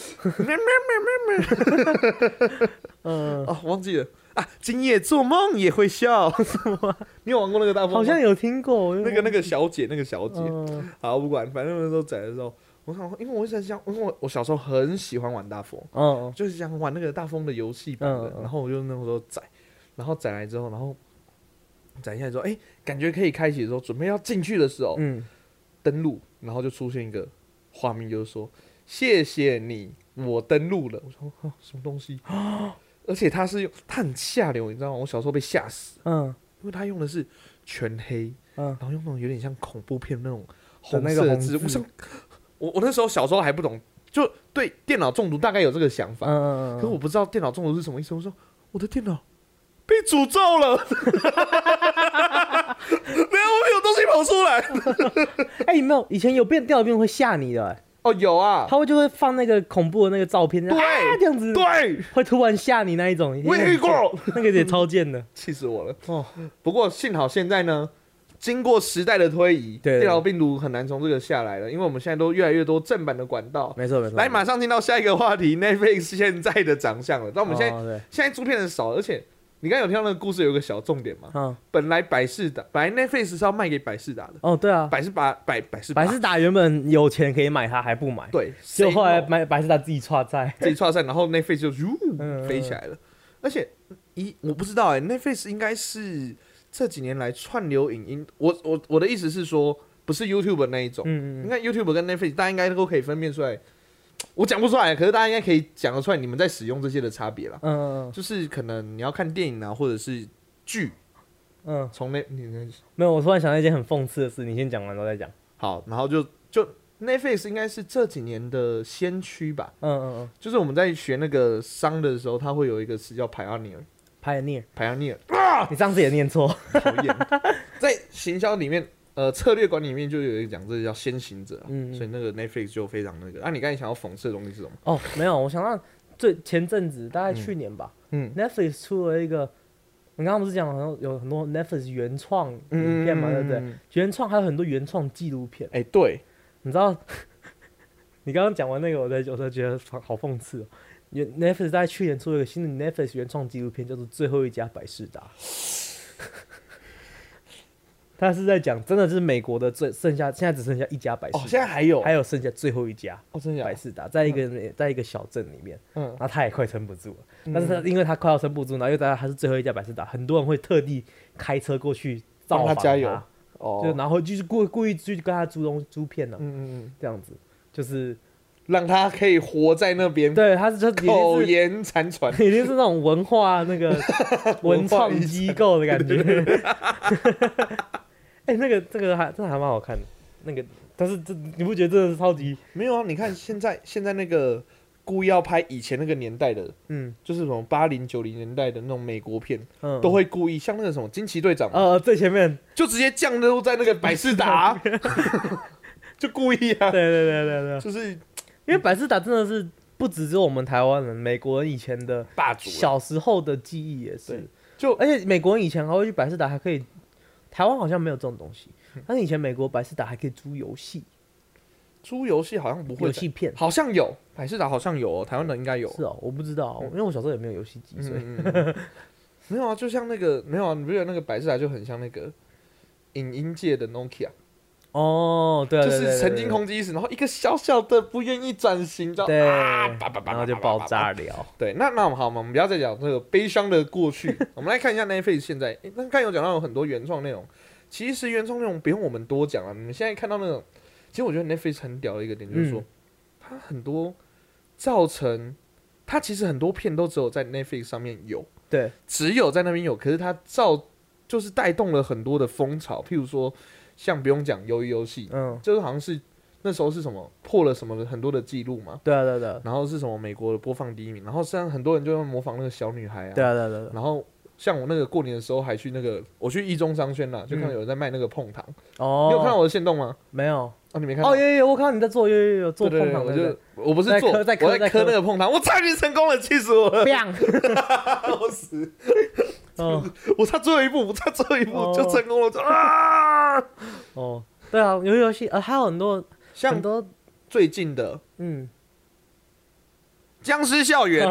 忘记了啊！今夜做梦也会笑，你有玩过那个大富翁吗？
好像有听过。
那个小姐，好不管，反正那时候载的时候，我想，因为我在想，因为我小时候很喜欢玩大富翁，就是想玩那个大富翁的游戏版的，然后我就那时候载，然后载来之后，然后。展现说，感觉可以开启的时候，准备要进去的时候，登录，然后就出现一个画面，就是说谢谢你，我登录了。我说什么东西？而且它很下流，你知道吗？我小时候被吓死，因为它用的是全黑，然后用那种有点像恐怖片那种红色的字。我那时候小时候还不懂，就对电脑中毒大概有这个想法，可是我不知道电脑中毒是什么意思。我说我的电脑被诅咒了，没有东西跑出来。
有没有以前有电脑病会吓你的？
有啊，
他就会放那个恐怖的那个照片，
对，
这样子，
对，
会突然吓你那一种。
我也遇过，
那个也超贱的，
气死我了。不过幸好现在呢，经过时代的推移，电脑病毒很难从这个下来了，因为我们现在都越来越多正版的管道。
没错。
来，马上进到下一个话题 ，Netflix 现在的长相了。但我们现在租片很少，而且。你刚才有听到那个故事有个小重点吗？本来 Netflix 是要卖给百视达的。
对啊。
百视达
原本有钱可以买它，还不买。
对。
就后来百视达自己串赛，
然后 Netflix 就飞起来了。而且我不知道Netflix 应该是这几年来串流影音。我的意思是说，不是 YouTube 那一种。应该 YouTube 跟 Netflix 大家应该都可以分辨出来。我讲不出来，可是大家应该可以讲得出来，你们在使用这些的差别啦。就是可能你要看电影啊，或者是剧。从你
没有，我突然想到一件很讽刺的事，你先讲完，我再讲。
好，然后就 Netflix 应该是这几年的先驱吧。就是我们在学那个商的时候，它会有一个词叫 Pioneer。
你上次也念错，
讨厌。在行销里面。策略管理里面就有一个讲，这叫先行者，所以那个 Netflix 就非常那个。你刚才想要讽刺的东西是什么？
没有，我想到前阵子大概去年吧，Netflix 出了一个，你刚刚不是讲好像有很多 Netflix 原创影片嘛，对不对？原创还有很多原创纪录片。
对，
你知道，你刚刚讲完那个，我才觉得好讽刺。Netflix 在去年出了一个新的 Netflix 原创纪录片，叫做《最后一家百视达》。他是在讲，真的是美国的现在只剩下一家百视达。
现在还有
剩下最后一家百视达，在一个小镇里面，然后他也快撑不住了，但是因为他快要撑不住，然后又他是最后一家百视达，很多人会特地开车过去造访他，
加油，
就然后就是故意去跟他租片呢，这样子就是
让他可以活在那边。
对，他是
口言残传，
已经是那种文化那个文创机构的感觉。这个还真的还蛮好看的，那个，但是你不觉得真的是超级？
没有啊，你看现在那个故意要拍以前那个年代的，就是什么80、90年代的那种美国片，都会故意像那个什么惊奇队长，
最前面
就直接降落在那个百视达，就故意啊。
对，
就是
因为百视达真的是不只是我们台湾人，美国人以前的
霸主，
小时候的记忆也是。而且美国人以前还会去百视达，还可以。台湾好像没有这种东西，但是以前美国百视达还可以租游戏，
好像不会，
游戏片
好像有，百视达好像有，台湾的应该有。
是我不知道，因为我小时候也没有游戏机，所以
没有啊，就像那个没有啊，你不觉得那个百视达就很像那个影音界的 Nokia？
哦，对，
就是神经空机师，然后一个小小的不愿意转型，
对，然后就爆炸了。
对，那我们好嘛，我们不要再讲这个悲伤的过去，我们来看一下 Netflix 现在。那刚才有讲到有很多原创内容，其实原创内容不用我们多讲了。你们现在看到那种，其实我觉得 Netflix 很屌的一个点就是说，它很多造成它其实很多片都只有在 Netflix 上面有，
对，
只有在那边有，可是它就是带动了很多的风潮，譬如说。像不用讲鱿鱼游戏，就是好像是那时候是什么破了什么很多的记录嘛，
对，
然后是什么美国的播放第1名，然后实际上很多人就会模仿那个小女孩啊，
对，
然后像我那个过年的时候还去我去一中商圈啦，就看到有人在卖那个碰糖，你有看到我的限动吗？
没有，
你没看到？
有，我看到你在做，有做碰糖，
我不是做，我在磕那个碰糖，我差点成功了，气死我了，我死。我差最后一步，就成功了，
对啊，游戏还有很多，
像
很多
最近的，僵尸校园。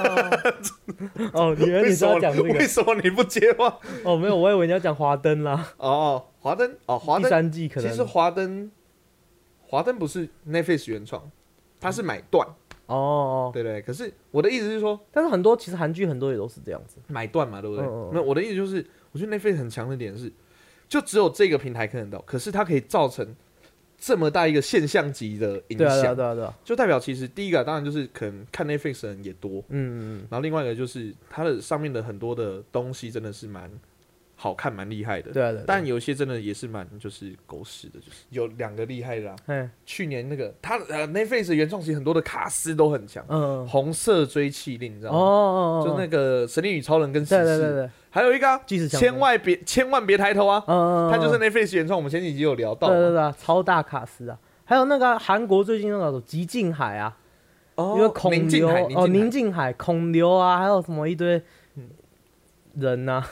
你以为你是要讲这个？
为什么你不接话？
没有，我以为你要讲华灯啦。
华灯，
第3季可能。
其实华灯不是 Netflix 原创，它是买断。对，可是我的意思是说，
但是很多其实韩剧很多也都是这样子
买断嘛，对不对？那我的意思就是，我觉得 Netflix 很强的点是，就只有这个平台看得到，可是它可以造成这么大一个现象级的影响，
对，
就代表其实第一个当然就是可能看 Netflix 的人也多，然后另外一个就是它的上面的很多的东西真的是蛮好看蛮厉害的，
对，
但有一些真的也是蛮就是狗屎的，就是有2个厉害的啦。去年那个他Netflix 的原创其实很多的卡司都很强，红色追气令你知道吗？就那个神力女超人跟死侍，对，还有一个千万别抬头啊，他就是 Netflix 原创，我们前几集有聊到，
对，超大卡司啊，还有那个韩国最近那个极境海啊，因为孔刘宁静海孔刘啊，还有什么一堆。人呐、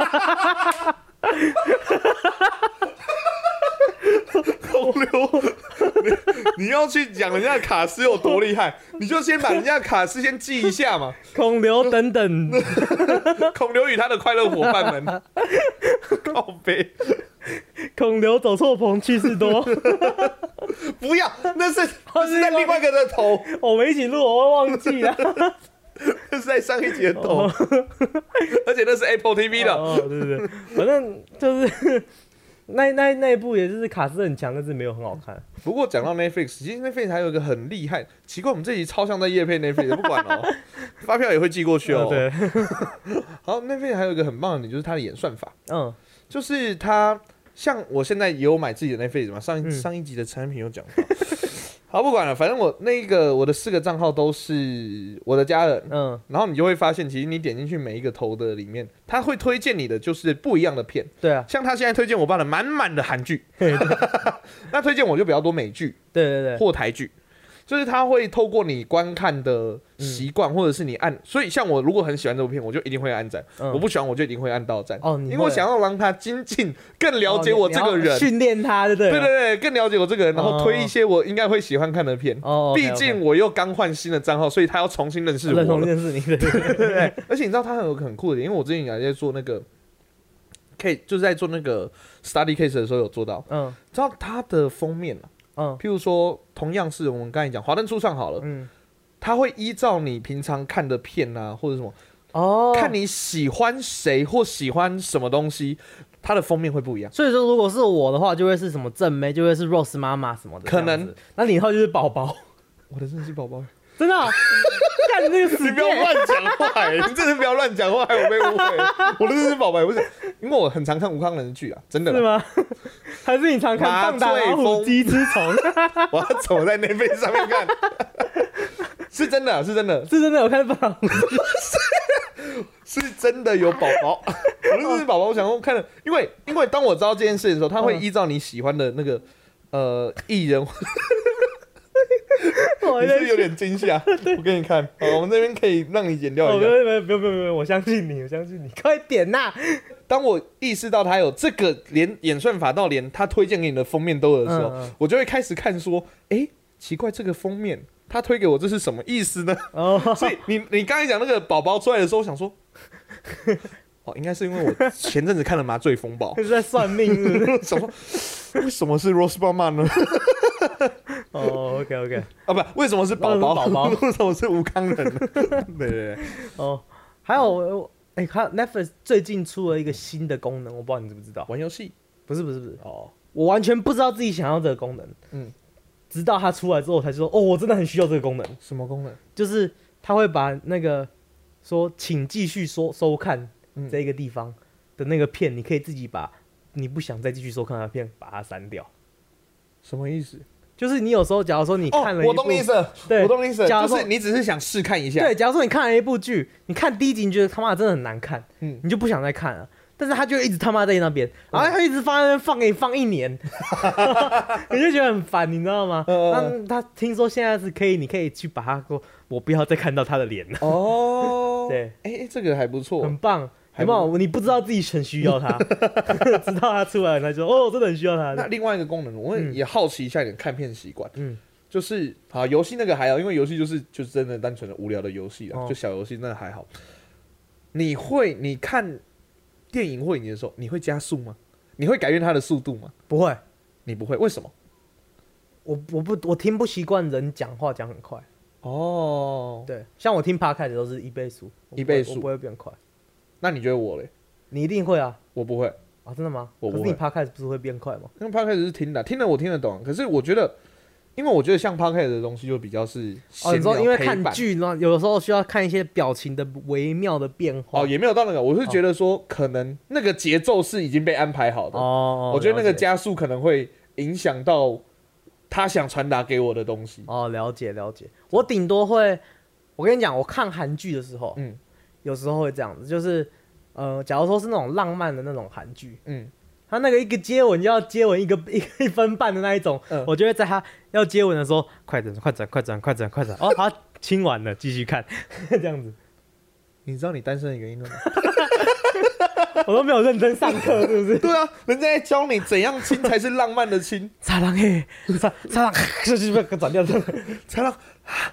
孔刘，你要去讲人家的卡司有多厉害，你就先把人家的卡司先记一下嘛。
孔刘等等，
孔刘与他的快乐伙伴们，靠北，
孔刘走错棚去事多。
不要，那是在另外一个的头，
我们一起录，我会忘记了。
那是在上一集的头，而且那是 Apple TV 的。
对，反正就是那一部也就是卡司很强，但是没有很好看。
不过讲到 Netflix， 其实 Netflix 还有一个很厉害，奇怪我们这集超像在业配 Netflix， 不管哦，发票也会寄过去哦。
对。
好 ，Netflix 还有一个很棒的点就是它的演算法，就是它像我现在也有买自己的 Netflix 嘛，上一集的产品有讲到。好，不管了，反正我的4个账号都是我的家人，然后你就会发现，其实你点进去每一个头的里面，他会推荐你的就是不一样的片，
对啊，
像他现在推荐我爸的满满的韩剧，那推荐我就比较多美剧，
对，
或台剧。就是他会透过你观看的习惯，或者是你按，所以像我如果很喜欢这部片，我就一定会按赞；我不喜欢，我就一定会按到赞。因为我想要让他精进，更了解我这个人，
训练他，对不对？
对，更了解我这个人，然后推一些我应该会喜欢看的片。毕竟我又刚换新的账号，所以他要重新认识我，
认识你，
对。而且你知道他有很酷的点，因为我之前也在做那个 case， 就是在做那个 study case 的时候有做到，知道他的封面譬如说，同样是我们刚才讲《华灯初上》好了，他会依照你平常看的片啊，或者什么，看你喜欢谁或喜欢什么东西，它的封面会不一样。
所以说，如果是我的话，就会是什么正妹，就会是 Rose 妈妈什么的。
可能，
那你以后就是宝宝。
我的真的是宝宝。
真的、干你这个死！
你不要乱讲话、你真的不要乱讲话，我被误会。我的真是宝贝，不是，因为我很常看吴康仁的剧啊，真的。
是吗？还是你常看《棒打老虎鸡吃虫》？
我要走在Netflix上面看，是真的，是真的，
是真的有看《棒打老虎鸡》
是真的有宝宝。我的是宝宝，我想说看了，因为当我知道这件事的时候，他会依照你喜欢的那个艺人。你是有点惊吓，我给你看，好，我们这边可以让你剪掉一下。
不用，我相信你，快点呐！
当我意识到他有这个连演算法到连他推荐给你的封面都有的时候，我就会开始看说，奇怪，这个封面他推给我这是什么意思呢？所以你刚才讲那个宝宝出来的时候，我想说， 哦，应该是因为我前阵子看了《麻醉风暴》，
是在算命是不是？
想说为什么是 Rosebud 呢？
哦，OK，
啊，不，为什么是宝宝？为什么是吴康仁呢？对对对。
哦，还有看 Netflix 最近出了一个新的功能，我不知道你知不知道？
玩游戏？
不是。哦，我完全不知道自己想要这个功能。直到它出来之后，我才说，哦，我真的很需要这个功能。
什么功能？
就是它会把那个说，请继续收看这个地方的那个片，你可以自己把你不想再继续收看的片把它删掉。
什么意思？
就是你有时候，假如说你看了一部，
我懂你意思了，
对，
我懂你意思了，就是你只是想试看一下。
对，假如说你看了一部剧，你看第一集你觉得他妈真的很难看，你就不想再看了。但是他就一直他妈在那边，然后他一直放在那边放给你放1年，你就觉得很烦，你知道吗？他听说现在是可以，你可以去把他说，我不要再看到他的脸了。
哦，
对，
这个还不错，
很棒。有没有？你不知道自己很需要它，直到它出来，他就说：“哦，真的很需要它。”
那另外一个功能，我也好奇一下你的看片习惯。就是好游戏那个还好，因为游戏就是真的单纯的无聊的游戏啦，就小游戏那还好。你看电影或影集的时候，你会加速吗？你会改变它的速度吗？
不会，
你不会，为什么？
我听不习惯人讲话讲很快。哦，对，像我听 Podcast 都是1倍速，1倍速，我不会变快。
那你觉得我嘞？
你一定会啊，
我不会
啊，真的吗？
我不会。
可是你 Podcast 不是会变快吗？
因为 Podcast 是听的，听了我听得懂，可是我觉得，因为我觉得像 Podcast 的东西就比较是
你说因为看剧呢，有的时候需要看一些表情的微妙的变化。
也没有到那个，我是觉得说可能那个节奏是已经被安排好的。我觉得那个加速可能会影响到他想传达给我的东西。
了解。我顶多会，我跟你讲，我看韩剧的时候，有时候会这样子，就是假如说是那种浪漫的那种韩剧，他那个一个接吻就要接吻一分半的那一种，我就会在他要接吻的时候，快转，哦，好，亲完了，继续看，这样子。
你知道你单身的原因了吗？
我都没有认真上课，是不是？
对啊，人家在教你怎样亲才是浪漫的亲。
擦浪嘿，擦浪，就是转掉，
擦浪。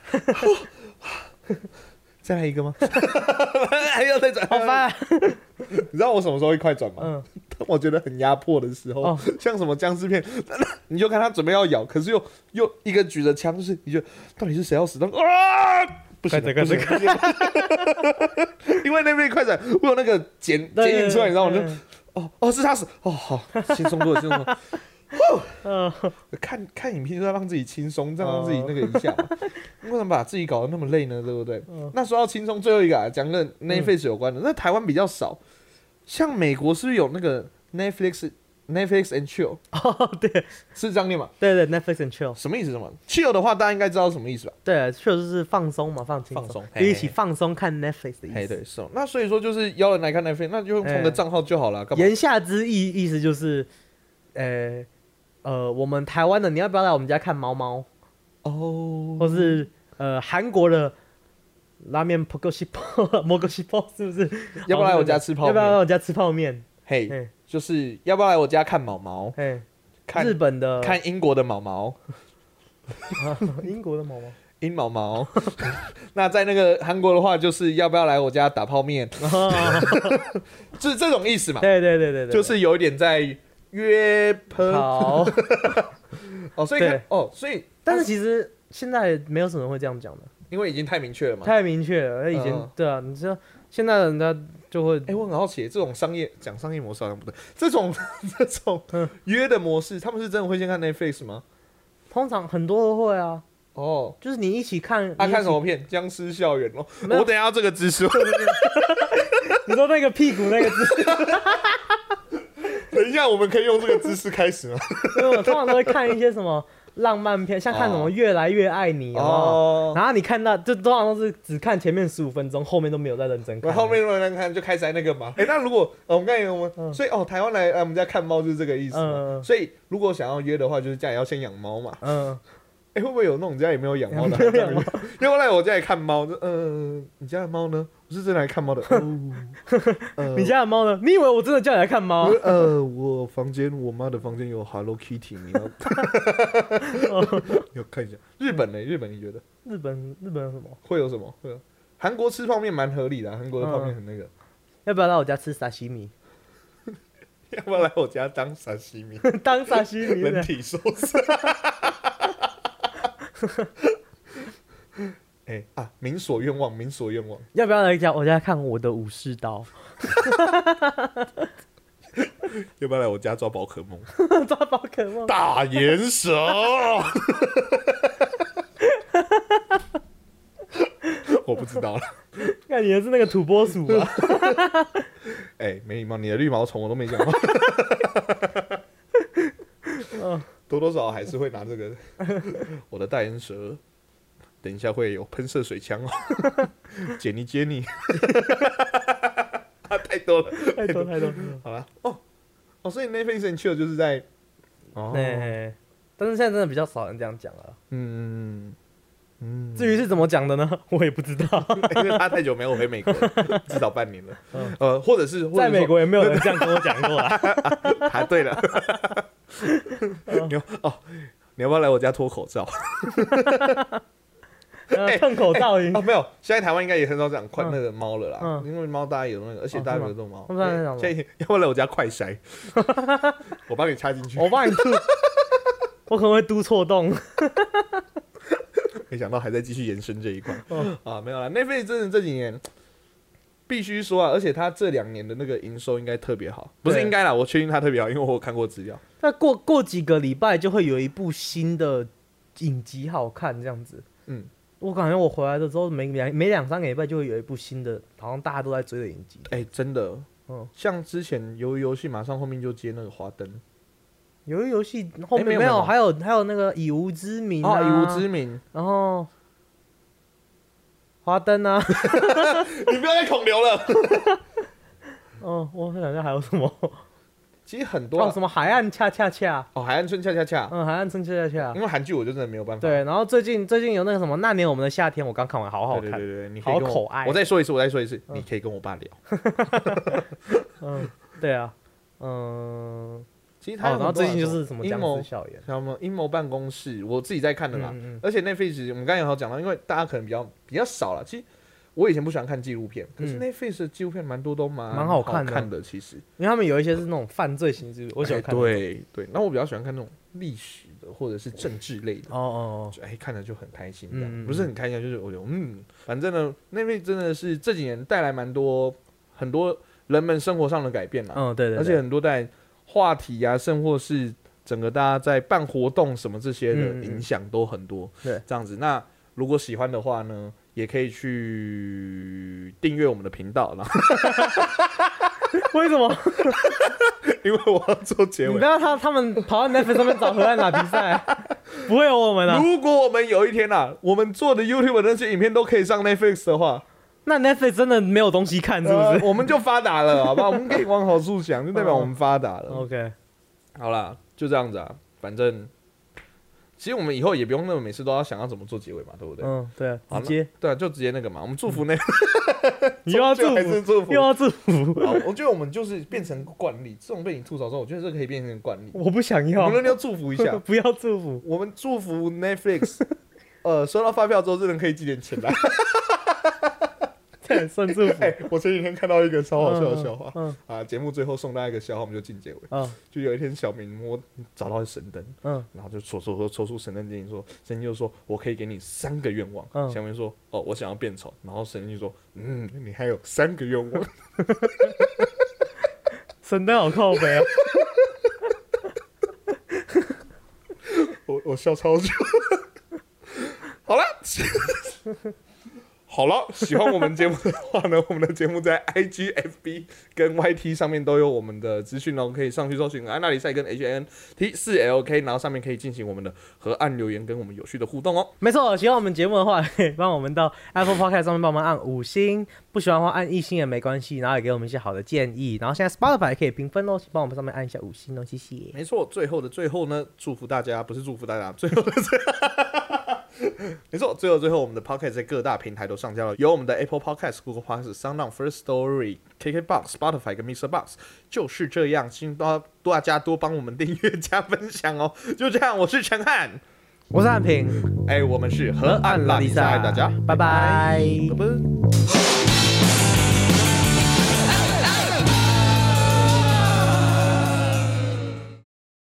再来一个吗？还要再转？
好烦！
你知道我什么时候会快转吗？当我觉得很压迫的时候，像什么僵尸片，你就看他准备要咬，可是又一个举着枪，就是你觉得到底是谁要死？啊！不行，因为那边快转，我有那个剪影出来，你知道吗？我就是他死，好，轻松多了。看影片就要让自己轻松，这样让自己那个一下嘛。为什么把自己搞得那么累呢？对不对？那说到轻松，最后一个讲跟 Netflix 有关的，那台湾比较少，像美国是不是有那个 Netflix and Chill？
对，
是这样念吗？
对 ，Netflix and Chill
什么意思？什么 Chill 的话，大家应该知道什么意思吧？
对 ，Chill 就是放松嘛，放松，一起放松看 Netflix 的意思。
对，是。那所以说就是邀人来看 Netflix， 那就用同个账号就好了。
言下之意思就是，我们台湾的你要不要来我们家看猫猫？或是韩国的拉面摩格西泡是不是？
要不要来我家吃泡面？
要不要来我家吃泡面？
嘿，就是要不要来我家看毛毛？看
日本的，
看英国的毛毛，
英国的毛毛，
阴毛毛。那在那个韩国的话，就是要不要来我家打泡面？就是这种意思嘛。
对，
就是有一点在约炮。
好，
所以，
但是其实现在没有什么人会这样讲的，
因为已经太明确了嘛。
太明确了，以前对啊，你知道现在人家就会，
我很好奇，这种商业模式好像不对，这种约的模式，他们是真的会先看 Netflix 吗？
通常很多都会啊。就是你一起看，
看什么片？僵尸校园哦。我等一下要这个姿势。
你说那个屁股那个姿势？
等一下，我们可以用这个姿势开始吗？
因为我通常都会看一些什么浪漫片，像看什么《越来越爱你》然后你看到就通常都是只看前面15分钟，后面都没有在认真看。
后面认真看就开始在那个嘛。那如果我们刚才所以台湾来我们家看猫就是这个意思嘛。所以如果想要约的话，就是家里要先养猫嘛。会不会有那种家里没有养猫的？要不来我家里看猫？你家的猫呢？我是真的来看猫的。
你家的猫呢？你以为我真的叫你来看猫？
我妈的房间有 Hello Kitty， 你要看一下。日本呢？日本你觉得？
日本有什么？
会有什么？会有韩国吃泡面蛮合理的，韩国的泡面很那个。
要不要来我家吃沙西米？
要不要来我家当沙西米？
当沙西米
人体寿司。民所愿望，民所愿望。
要不要来我家看我的武士刀？
要不要来我家抓宝可梦？
抓宝可梦，
大岩蛇。我不知道了。
看你的是那个土拨鼠吧？
没礼貌，你的绿毛虫我都没讲过。多多少少还是会拿这个。我的大岩蛇，等一下会有喷射水枪哦。接你。太多了，
太多。
好了，所以 Netflix and Chill 就是在，
但是现在真的比较少人这样讲了。至于是怎么讲的呢？我也不知道，
因为他太久没有回美国，至少半年了。或者是
在美国也没有人这样跟我讲过啊。
对了，你要不要来我家脱口罩？
碰口罩音
没有，现在台湾应该也很少讲那个猫了啦，因为猫大家有那个，而且大家有这种猫。现在要不要来我家快筛？我帮你插进去，
我帮你嘟，我可能会嘟错洞。
没想到还在继续延伸这一块。没有啦，Netflix 真的这几年必须说啊，而且他这2年的那个营收应该特别好，不是应该啦，我确定他特别好，因为我有看过资料。
那过几个礼拜就会有一部新的影集好看，这样子。我感觉我回来的时候，每2-3个礼拜就会有一部新的，好像大家都在追的影集。
真的。像之前鱿鱼游戏马上后面就接那个华灯。
鱿鱼游戏后面没有，还有那个以无之名啊，
以无之名，
然后华灯啊。
你不要再孔流了。
我想想还有什么。
其实很多
什么海岸恰恰恰，
海岸村恰恰恰，
海岸村恰恰恰，
因为韩剧我就真的没有办法。
对，然后最近有那个什么那年我们的夏天，我刚看完，好好看，
对，你
好可爱。
我再说一次，你可以跟我爸聊。
对啊，
其实然
后最近就是什么僵尸校园，
什么阴谋办公室，我自己在看的啦。而且 Netflix 我们刚才有讲到，因为大家可能比较少了，其实。我以前不喜欢看纪录片，可是 Netflix 的纪录片蛮多都蛮好看的，其实，因
为他们有一些是那种犯罪型纪录片，我喜欢看。
对，那我比较喜欢看那种历史的或者是政治类的。看着就很开心，不是很开心，就是反正呢，Netflix 真的是这几年带来很多人们生活上的改变啦。
对，
而且很多在话题啊，甚或是整个大家在办活动什么这些的影响都很多。
对，
这样子，那如果喜欢的话呢？也可以去订阅我们的频道，然后
为什么？
因为我要做结尾。
你不要他们跑到 Netflix 上面找荷兰打比赛，不会有我们啊。
如果我们有一天我们做的 YouTube 那些影片都可以上 Netflix 的话，
那 Netflix 真的没有东西看，是不是？
我们就发达了，好不好？我们可以往好处想，就代表我们发达了。
OK，
好啦，就这样子啊，反正。其实我们以后也不用那么每次都要想要怎么做结尾嘛，对不对？
对啊，直接
对啊，就直接那个嘛。我们祝福
你又要祝福，又要祝福。
好，我觉得我们就是变成惯例，这种被你吐槽之后，我觉得这可以变成惯例。
我不想要，
我们要祝福一下，
不要祝福。
我们祝福 Netflix，收到发票之后，真的可以寄点钱来。
算祝福。
我前几天看到一个超好笑的笑话。节目最后送大家一个笑话，我们就进结尾。就有一天小明找到神灯，然后就抽出神灯给你说，神灯就说我可以给你3个愿望。小明说我想要变丑，然后神灯就说你还有3个愿望。
神灯好靠北啊！
我笑超久。好了。好了，喜欢我们节目的话呢，我们的节目在 IG、FB 跟 YT 上面都有我们的资讯哦，可以上去搜寻安纳里赛跟 HANT4LK， 然后上面可以进行我们的河岸留言跟我们有趣的互动哦。
没错，喜欢我们节目的话，可以帮我们到 Apple Podcast 上面帮我们按5星，不喜欢的话按1星也没关系，然后也给我们一些好的建议。然后现在 Spotify 也可以评分哦，请帮我们上面按一下5星哦，谢谢。
没错，最后的最后呢，祝福大家，不是祝福大家，最后的最后。没错，最后我们的 Podcast 在各大平台都上架了，有我们的 Apple Podcast、Google Podcast、SoundOn、First Story、KKBox、Spotify 跟 Mr. Box， 就是这样，请大家多帮我们订阅加分享哦。就这样，我是陈汉，
我是汉平，
我们是河岸拉力赛，大家
拜拜。